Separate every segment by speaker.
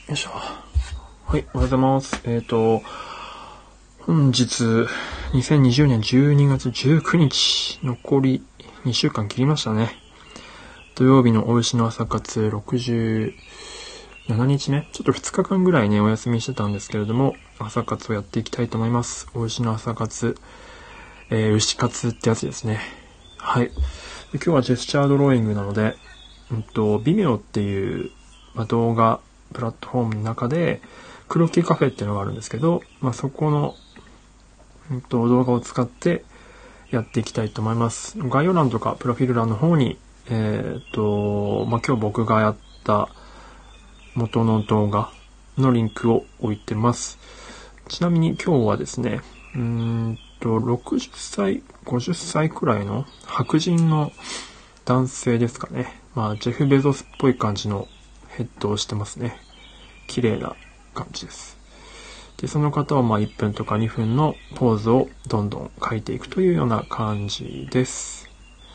Speaker 1: よいしょ。はい、おはようございます。本日、2020年12月19日、残り2週間切りましたね。土曜日のお牛の朝活67日目。ちょっと2日間ぐらいね、お休みしてたんですけれども、朝活をやっていきたいと思います。お牛の朝活、牛活ってやつですね。はい。で今日はジェスチャードローイングなので、Vimeo っていう、動画、プラットフォームの中で、黒木カフェっていうのがあるんですけど、そこの、動画を使ってやっていきたいと思います。概要欄とかプロフィール欄の方に、今日僕がやった元の動画のリンクを置いてます。ちなみに今日はですね、60歳、50歳くらいの白人の男性ですかね。ジェフ・ベゾスっぽい感じのヘッドをしてますね。綺麗な感じです。で、その方は1分とか2分のポーズをどんどん書いていくというような感じです。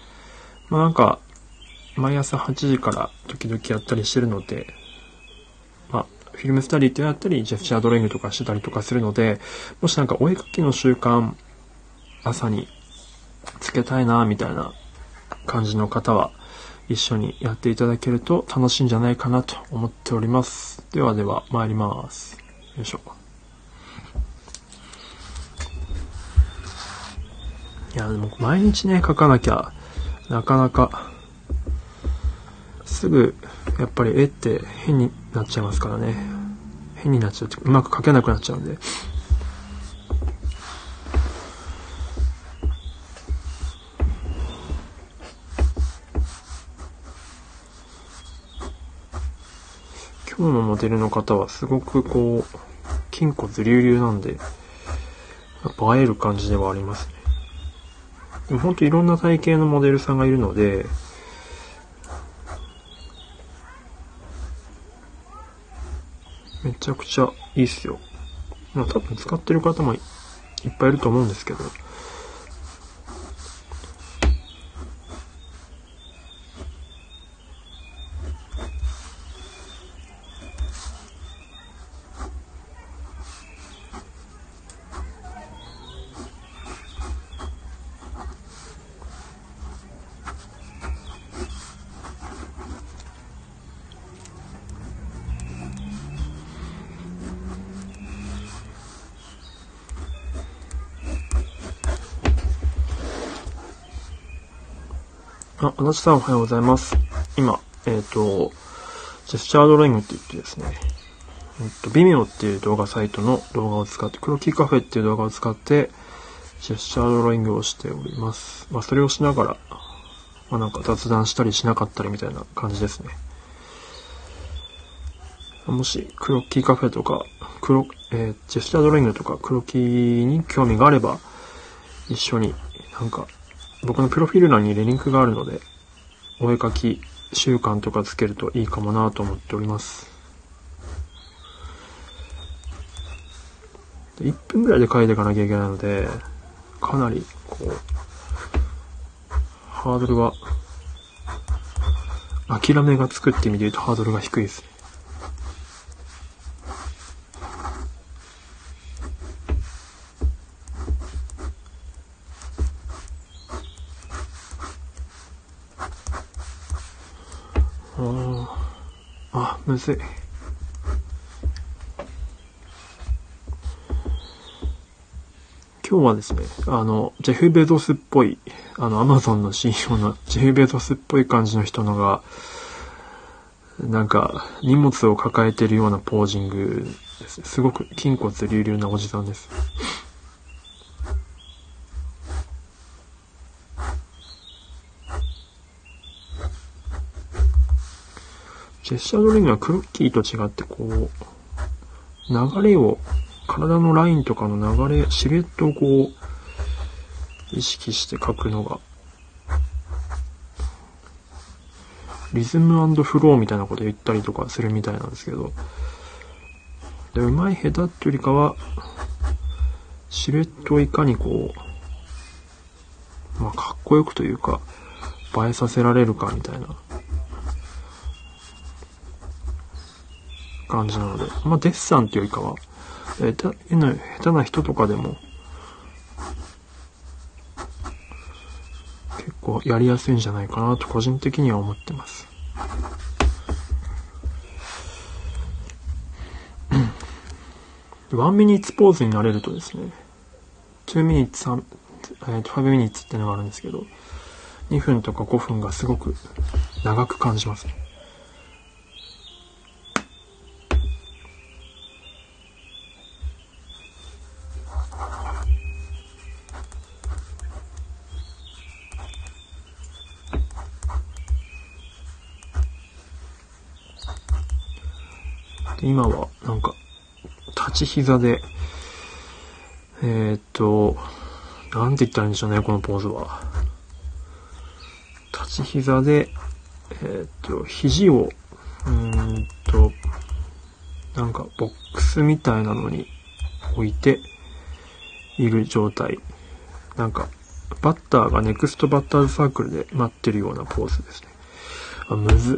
Speaker 1: 毎朝8時から時々やったりしてるので、フィルムスタディってやったり、ジェスチャードローイングとかしてたりとかするので、もしお絵描きの習慣、朝につけたいな、みたいな感じの方は、一緒にやっていただけると楽しいんじゃないかなと思っております。では参ります。よいしょ。いや、でも毎日ね、描かなきゃ、なかなか、すぐ、やっぱり絵って変になっちゃいますからね。変になっちゃうとうまく描けなくなっちゃうんで。今日のモデルの方はすごく筋骨隆々なんで、やっぱ映える感じではありますね。でもほんといろんな体型のモデルさんがいるので、めちゃくちゃいいっすよ。多分使ってる方もいっぱいいると思うんですけど。足立さんおはようございます。今、ジェスチャードローイングって言ってですね、Vimeo っていう動画サイトの動画を使って、黒木カフェっていう動画を使って、ジェスチャードローイングをしております。それをしながら、雑談したりしなかったりみたいな感じですね。もし、黒木カフェとか、ジェスチャードローイングとか黒木に興味があれば、一緒に僕のプロフィール欄にリンクがあるので、お絵描き習慣とかつけるといいかもなと思っております。1分ぐらいで描いていかなきゃいけないので、かなりハードルは、諦めがつくって意味で言うとハードルが低いですね。むずい。今日はですね、ジェフ・ベゾスっぽい、アマゾンの CEO のジェフ・ベゾスっぽい感じの人のが、荷物を抱えてるようなポージングです。すごく筋骨隆々なおじさんです。ジェスチャードローイングはクロッキーと違って流れを、体のラインとかの流れ、シルエットを意識して描くのが、リズム&フローみたいなこと言ったりとかするみたいなんですけど、で、上手い下手っていうよりかは、シルエットをいかにかっこよくというか、映えさせられるかみたいな感じなので、まあデッサンっていうよりかは、絵の下手な人とかでも結構やりやすいんじゃないかなと個人的には思ってます。1 minutes ポーズになれるとですね、2 minutes、5 minutes ってのがあるんですけど、2分とか5分がすごく長く感じますね。で今はなんか立ち膝でなんて言ったらいいんでしょうね、このポーズは。立ち膝で肘をなんかボックスみたいなのに置いている状態。なんかバッターがネクストバッターズサークルで待ってるようなポーズですね。むず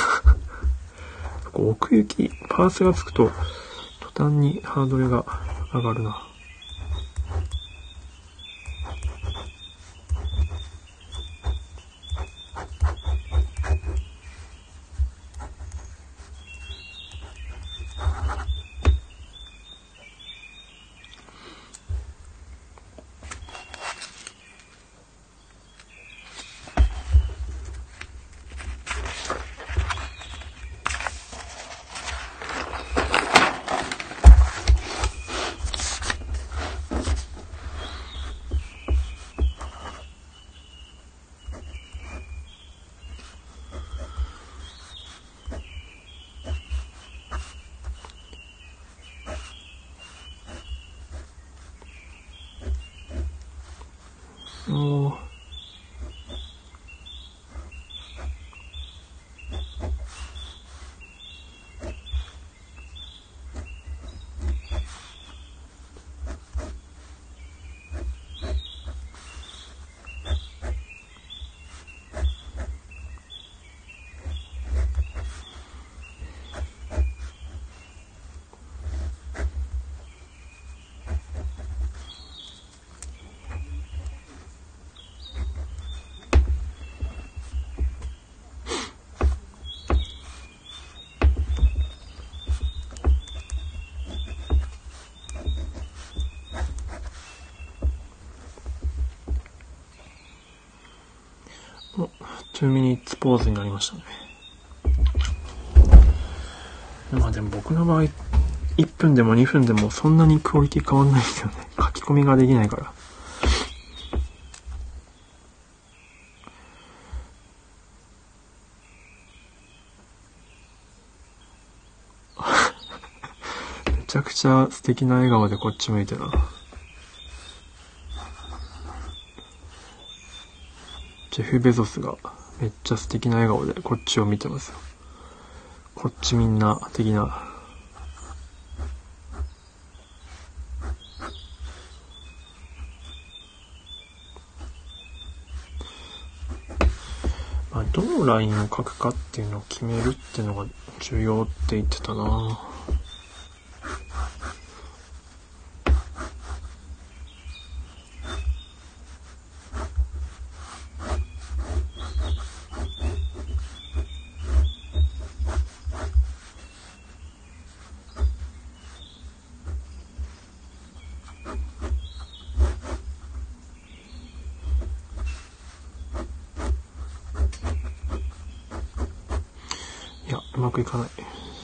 Speaker 1: 奥行きパースがつくと途端にハードルが上がるな。2 minutes ポーズになりましたね。まあでも僕の場合1分でも2分でもそんなにクオリティ変わんないですよね。書き込みができないから。めちゃくちゃ素敵な笑顔でこっち向いてな。ジェフ・ベゾスがめっちゃ素敵な笑顔でこっちを見てますよ。こっちみんな的な。まあ、どのラインを書くかっていうのを決めるっていうのが重要って言ってたな。うまくいかない。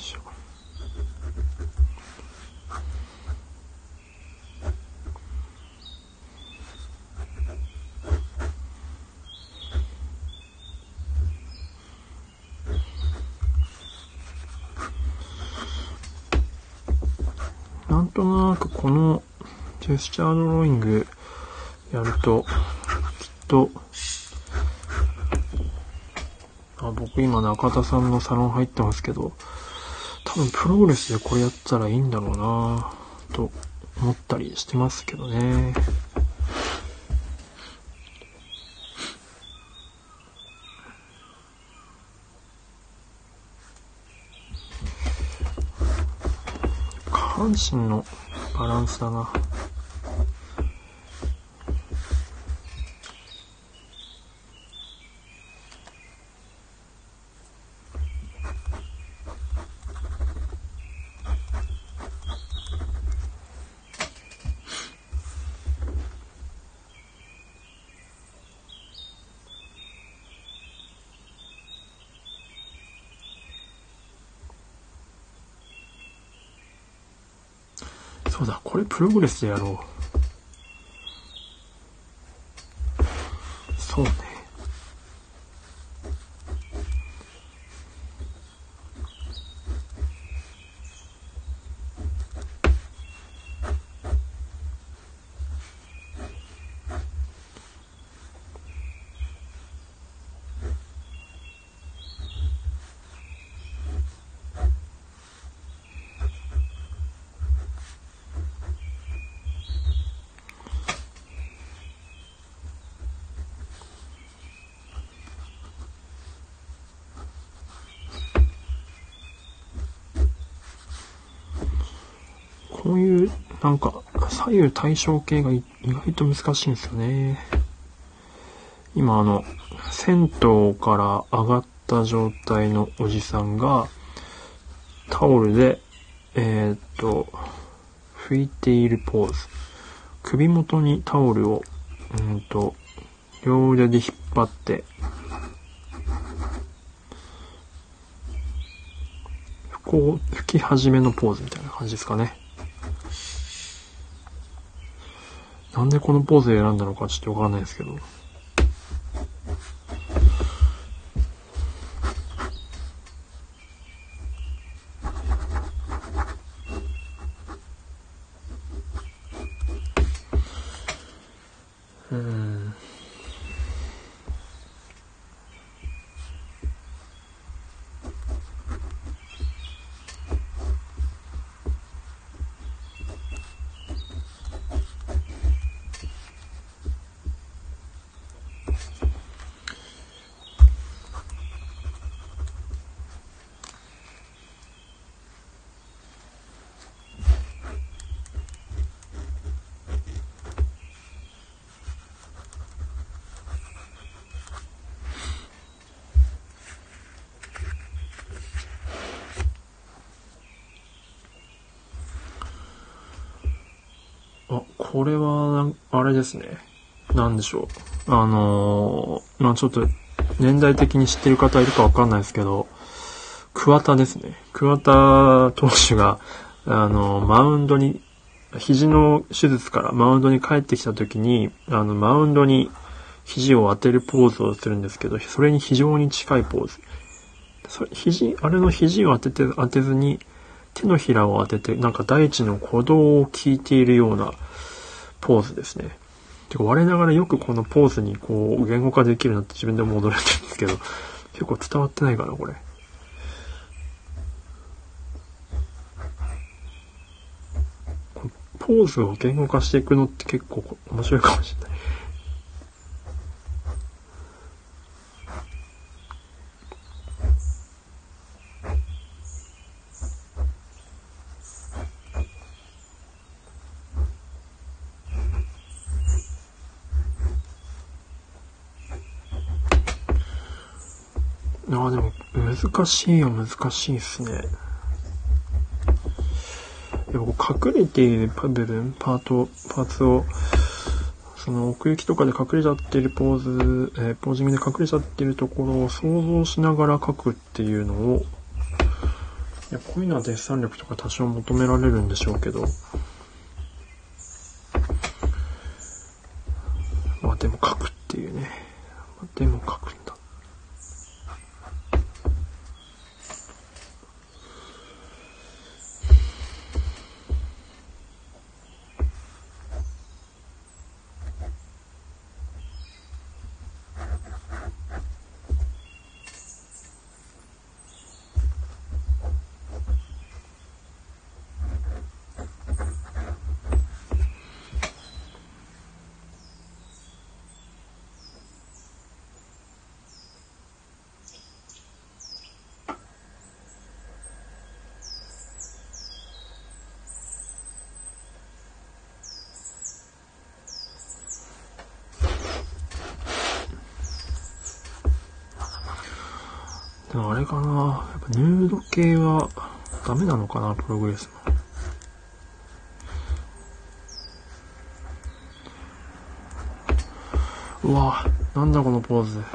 Speaker 1: なんとなくこのジェスチャードローイングやるときっと僕今中田さんのサロン入ってますけど、多分プログレスでこれやったらいいんだろうなと思ったりしてますけどね。 半身のバランスだな。そうだ、これプログレスでやろう。そうね。こういうなんか左右対称系が意外と難しいんですよね。今銭湯から上がった状態のおじさんがタオルで拭いているポーズ。首元にタオルを両腕で引っ張って拭き始めのポーズみたいな感じですかね。なんでこのポーズを選んだのかちょっとわかんないですけど。これは、あれですね。なんでしょう。ちょっと、年代的に知ってる方いるかわかんないですけど、桑田ですね。桑田投手が、マウンドに、肘の手術からマウンドに帰ってきた時に、マウンドに肘を当てるポーズをするんですけど、それに非常に近いポーズ。あれの肘を当てずに、手のひらを当てて、なんか大地の鼓動を聞いているようなポーズですね。てか我ながらよくこのポーズにこう言語化できるなって自分でも驚いてるんですけど、結構伝わってないかなこれ。ポーズを言語化していくのって結構面白いかもしれない。でも難しいっすね。隠れている部分、パーツを、その奥行きとかで隠れちゃっているポージングで隠れちゃっているところを想像しながら描くっていうのを、こういうのはデッサン力とか多少求められるんでしょうけど、でも描くっていうね。でも描くんだ。 でもあれかな、やっぱヌード系はダメなのかな、プログレスも。うわ、なんだこのポーズ。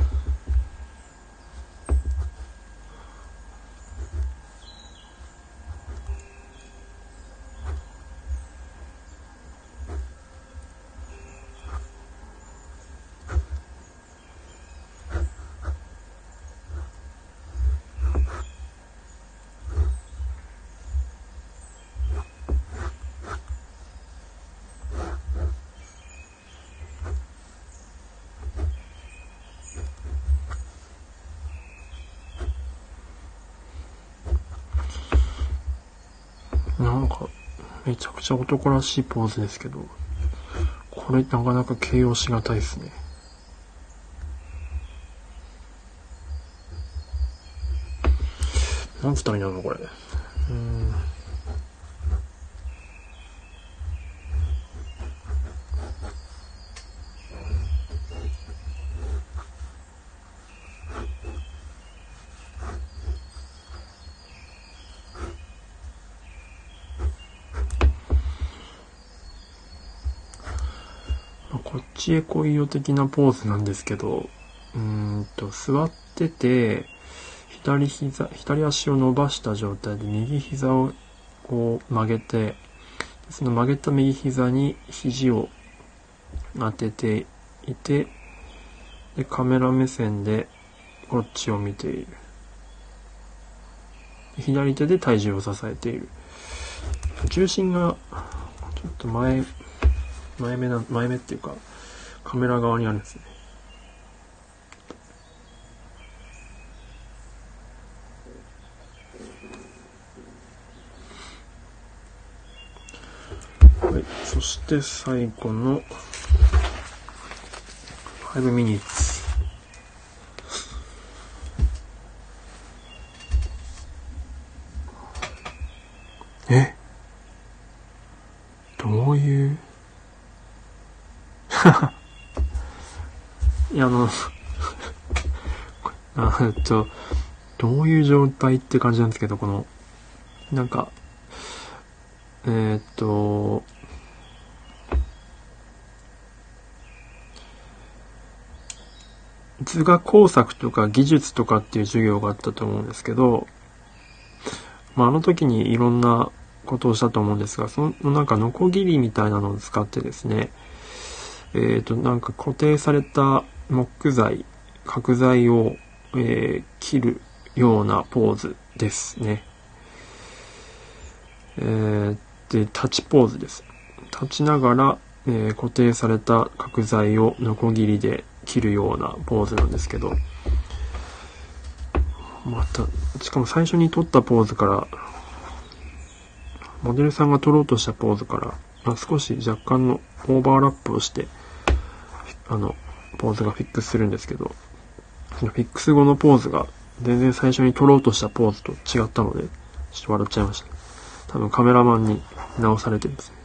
Speaker 1: なんか、めちゃくちゃ男らしいポーズですけど、これなかなか形容しがたいですね。なんつったらいいんだろうこれ。こっちへ来いよ的なポーズなんですけど、座ってて、左足を伸ばした状態で右膝をこう曲げて、その曲げた右膝に肘を当てていて、でカメラ目線でこっちを見ている。左手で体重を支えている。重心がちょっと前目っていうかカメラ側にあるんですね。はい、そして最後の5ミニッツ。どういういやどういう状態って感じなんですけど、このなんか図画工作とか技術とかっていう授業があったと思うんですけど、あの時にいろんなことをしたと思うんですが、そのなんかノコギリみたいなのを使ってですね、なんか固定された木材、角材を、切るようなポーズですね。で、立ちポーズです。立ちながら、固定された角材をノコギリで切るようなポーズなんですけど、しかも最初に撮ったポーズから、モデルさんが撮ろうとしたポーズから、少し若干のオーバーラップをして、ポーズがフィックスするんですけど、そのフィックス後のポーズが全然最初に撮ろうとしたポーズと違ったので、ちょっと笑っちゃいました。多分カメラマンに直されてるんですね。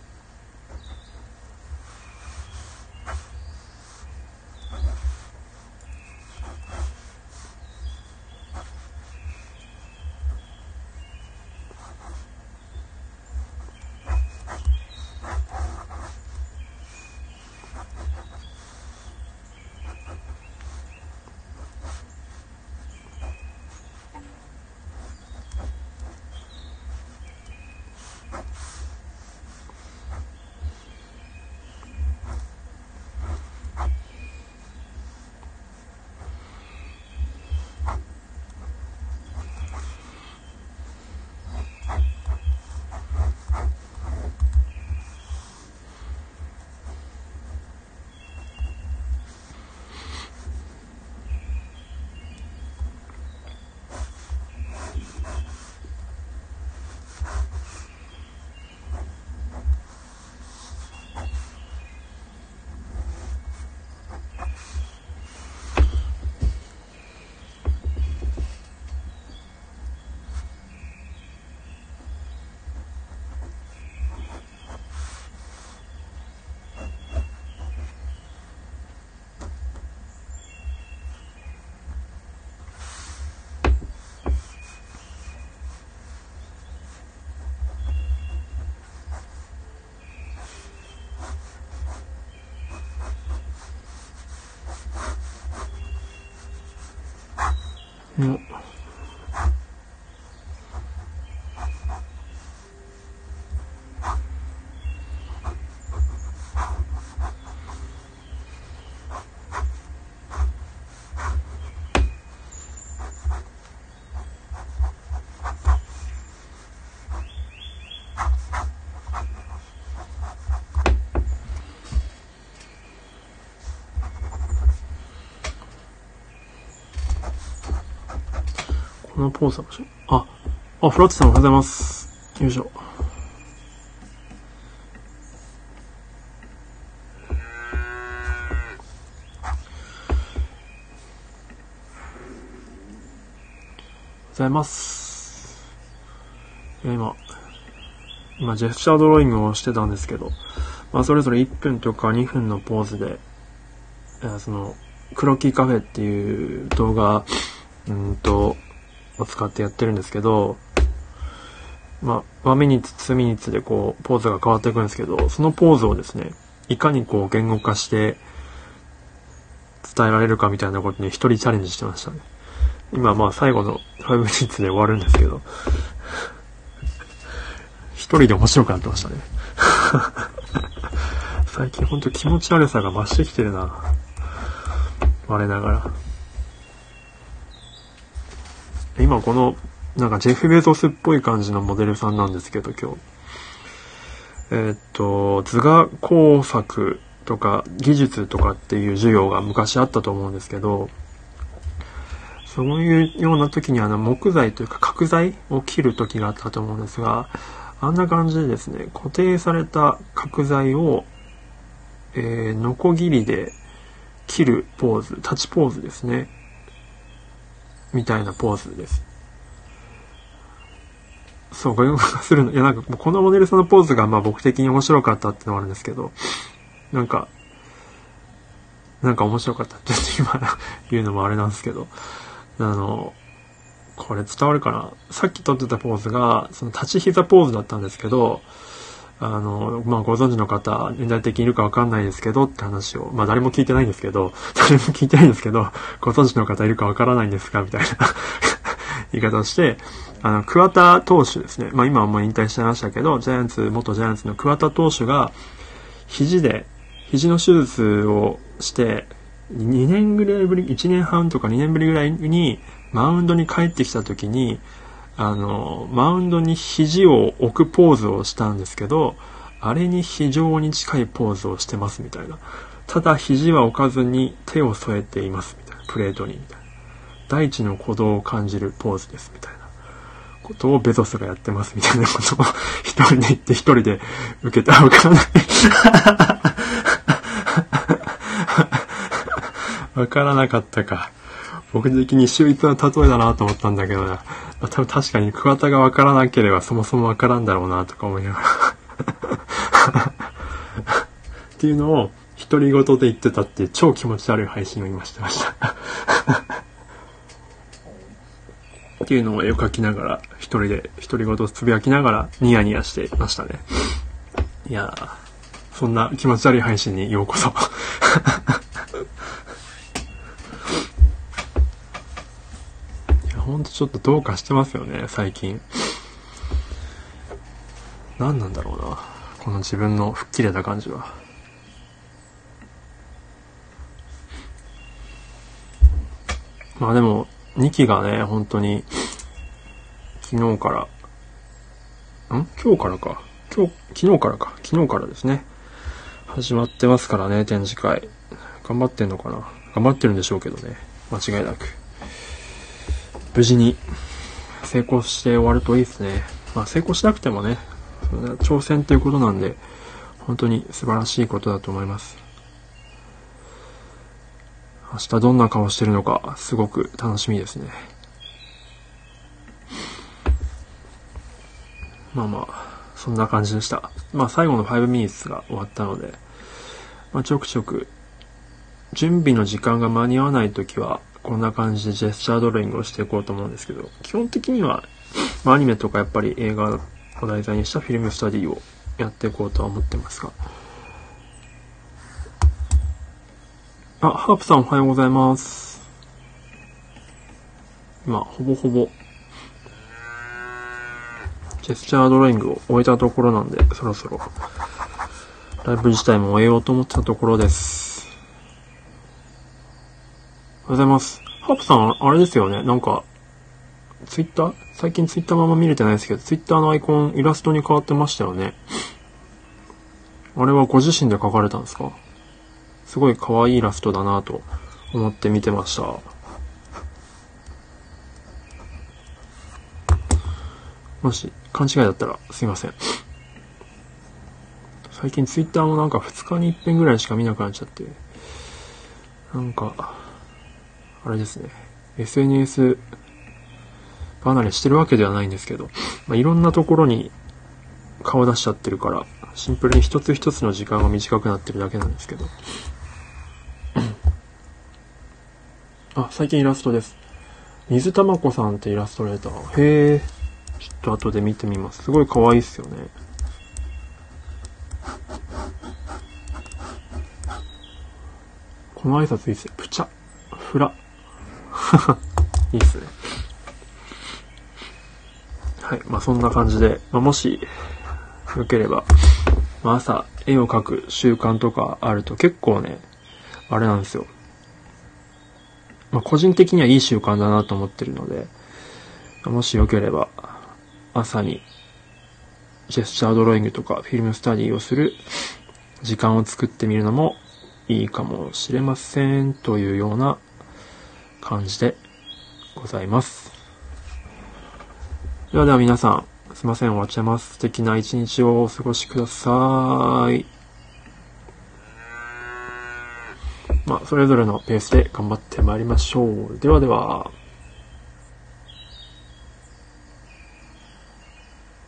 Speaker 1: のこのポーズは面白い。フラッツさんおはようございます。よいしょ。ございます。今ジェスチャードローイングをしてたんですけど、それぞれ1分とか2分のポーズで、その黒木カフェっていう動画を使ってやってるんですけど、1ミニッツ2ミニッツでこうポーズが変わっていくんですけど、そのポーズをですね、いかにこう言語化して伝えられるかみたいなことに一人チャレンジしてましたね。今最後の5ミニッツで終わるんですけど、一人で面白くなってましたね。最近ほんと気持ち悪さが増してきてるな、我ながら。今このなんかジェフ・ベゾスっぽい感じのモデルさんなんですけど、今日図画工作とか技術とかっていう授業が昔あったと思うんですけど、そういうような時に木材というか角材を切る時があったと思うんですが、あんな感じでですね、固定された角材を、ノコギリで切るポーズ、立ちポーズですね、みたいなポーズです。そう、これをするの。いや、なんか、このモデルさんのポーズが、僕的に面白かったってのがあるんですけど、なんか面白かったって今言うのもあれなんですけど、これ伝わるかな？さっき撮ってたポーズが、その立ち膝ポーズだったんですけど、ご存知の方、年代的にいるかわかんないですけどって話を、誰も聞いてないんですけど、ご存知の方いるかわからないんですかみたいな言い方をして、桑田投手ですね。今はもう引退しちゃいましたけど、元ジャイアンツの桑田投手が、肘の手術をして、2年ぐらいぶり、1年半とか2年ぶりぐらいに、マウンドに帰ってきた時に、マウンドに肘を置くポーズをしたんですけど、あれに非常に近いポーズをしてますみたいな。ただ肘は置かずに手を添えていますみたいな。プレートにみたいな。大地の鼓動を感じるポーズですみたいなことをベゾスがやってますみたいなことを一人で言って一人で受けたらわからないわからなかったか。僕的に秀逸な例えだなと思ったんだけどな。多分確かに桑田がわからなければそもそもわからんだろうなとか思いながらっていうのを独り言で言ってたっていう超気持ち悪い配信を今してましたっていうのを絵を描きながら一人で独り言つぶやきながらニヤニヤしてましたね。いやー、そんな気持ち悪い配信にようこそほんとちょっとどうかしてますよね、最近。何なんだろうな、この自分の吹っ切れた感じは。でも2期がね、本当に昨日からですね、始まってますからね、展示会。頑張ってんのかな、頑張ってるんでしょうけどね、間違いなく無事に成功して終わるといいですね。成功しなくてもね、挑戦ということなんで、本当に素晴らしいことだと思います。明日どんな顔してるのか、すごく楽しみですね。そんな感じでした。最後の5ミニッツが終わったので、ちょくちょく、準備の時間が間に合わないときは、こんな感じでジェスチャードローイングをしていこうと思うんですけど、基本的には、アニメとかやっぱり映画を題材にしたフィルムスタディをやっていこうとは思ってますが。ハープさんおはようございます。 今、ほぼほぼ、ジェスチャードローイングを終えたところなんで、そろそろ、ライブ自体も終えようと思ってたところです。おはようございます。ハープさん、あれですよね。なんか、ツイッター最近ツイッターまま見れてないですけど、ツイッターのアイコン、イラストに変わってましたよね。あれはご自身で描かれたんですか？すごい可愛いイラストだなと思って見てました。もし勘違いだったらすいません。最近ツイッターもなんか2日に一遍ぐらいしか見なくなっちゃって、なんかあれですね、 SNS 離れしてるわけではないんですけど、いろんなところに顔出しちゃってるから、シンプルに一つ一つの時間が短くなってるだけなんですけどあ、最近イラストです。水玉子さんってイラストレーター。へえ。ちょっと後で見てみます。すごい可愛いっすよね。この挨拶いいっすね。プチャ。フラ。いいっすね。はい。そんな感じで、もし、よければ、朝、絵を描く習慣とかあると結構ね、あれなんですよ。個人的にはいい習慣だなと思ってるので、もしよければ、朝に、ジェスチャードローイングとかフィルムスタディをする時間を作ってみるのもいいかもしれませんというような感じでございます。では皆さん、すいません、終わっちゃいます。素敵な一日をお過ごしください。それぞれのペースで頑張ってまいりましょう。ではでは。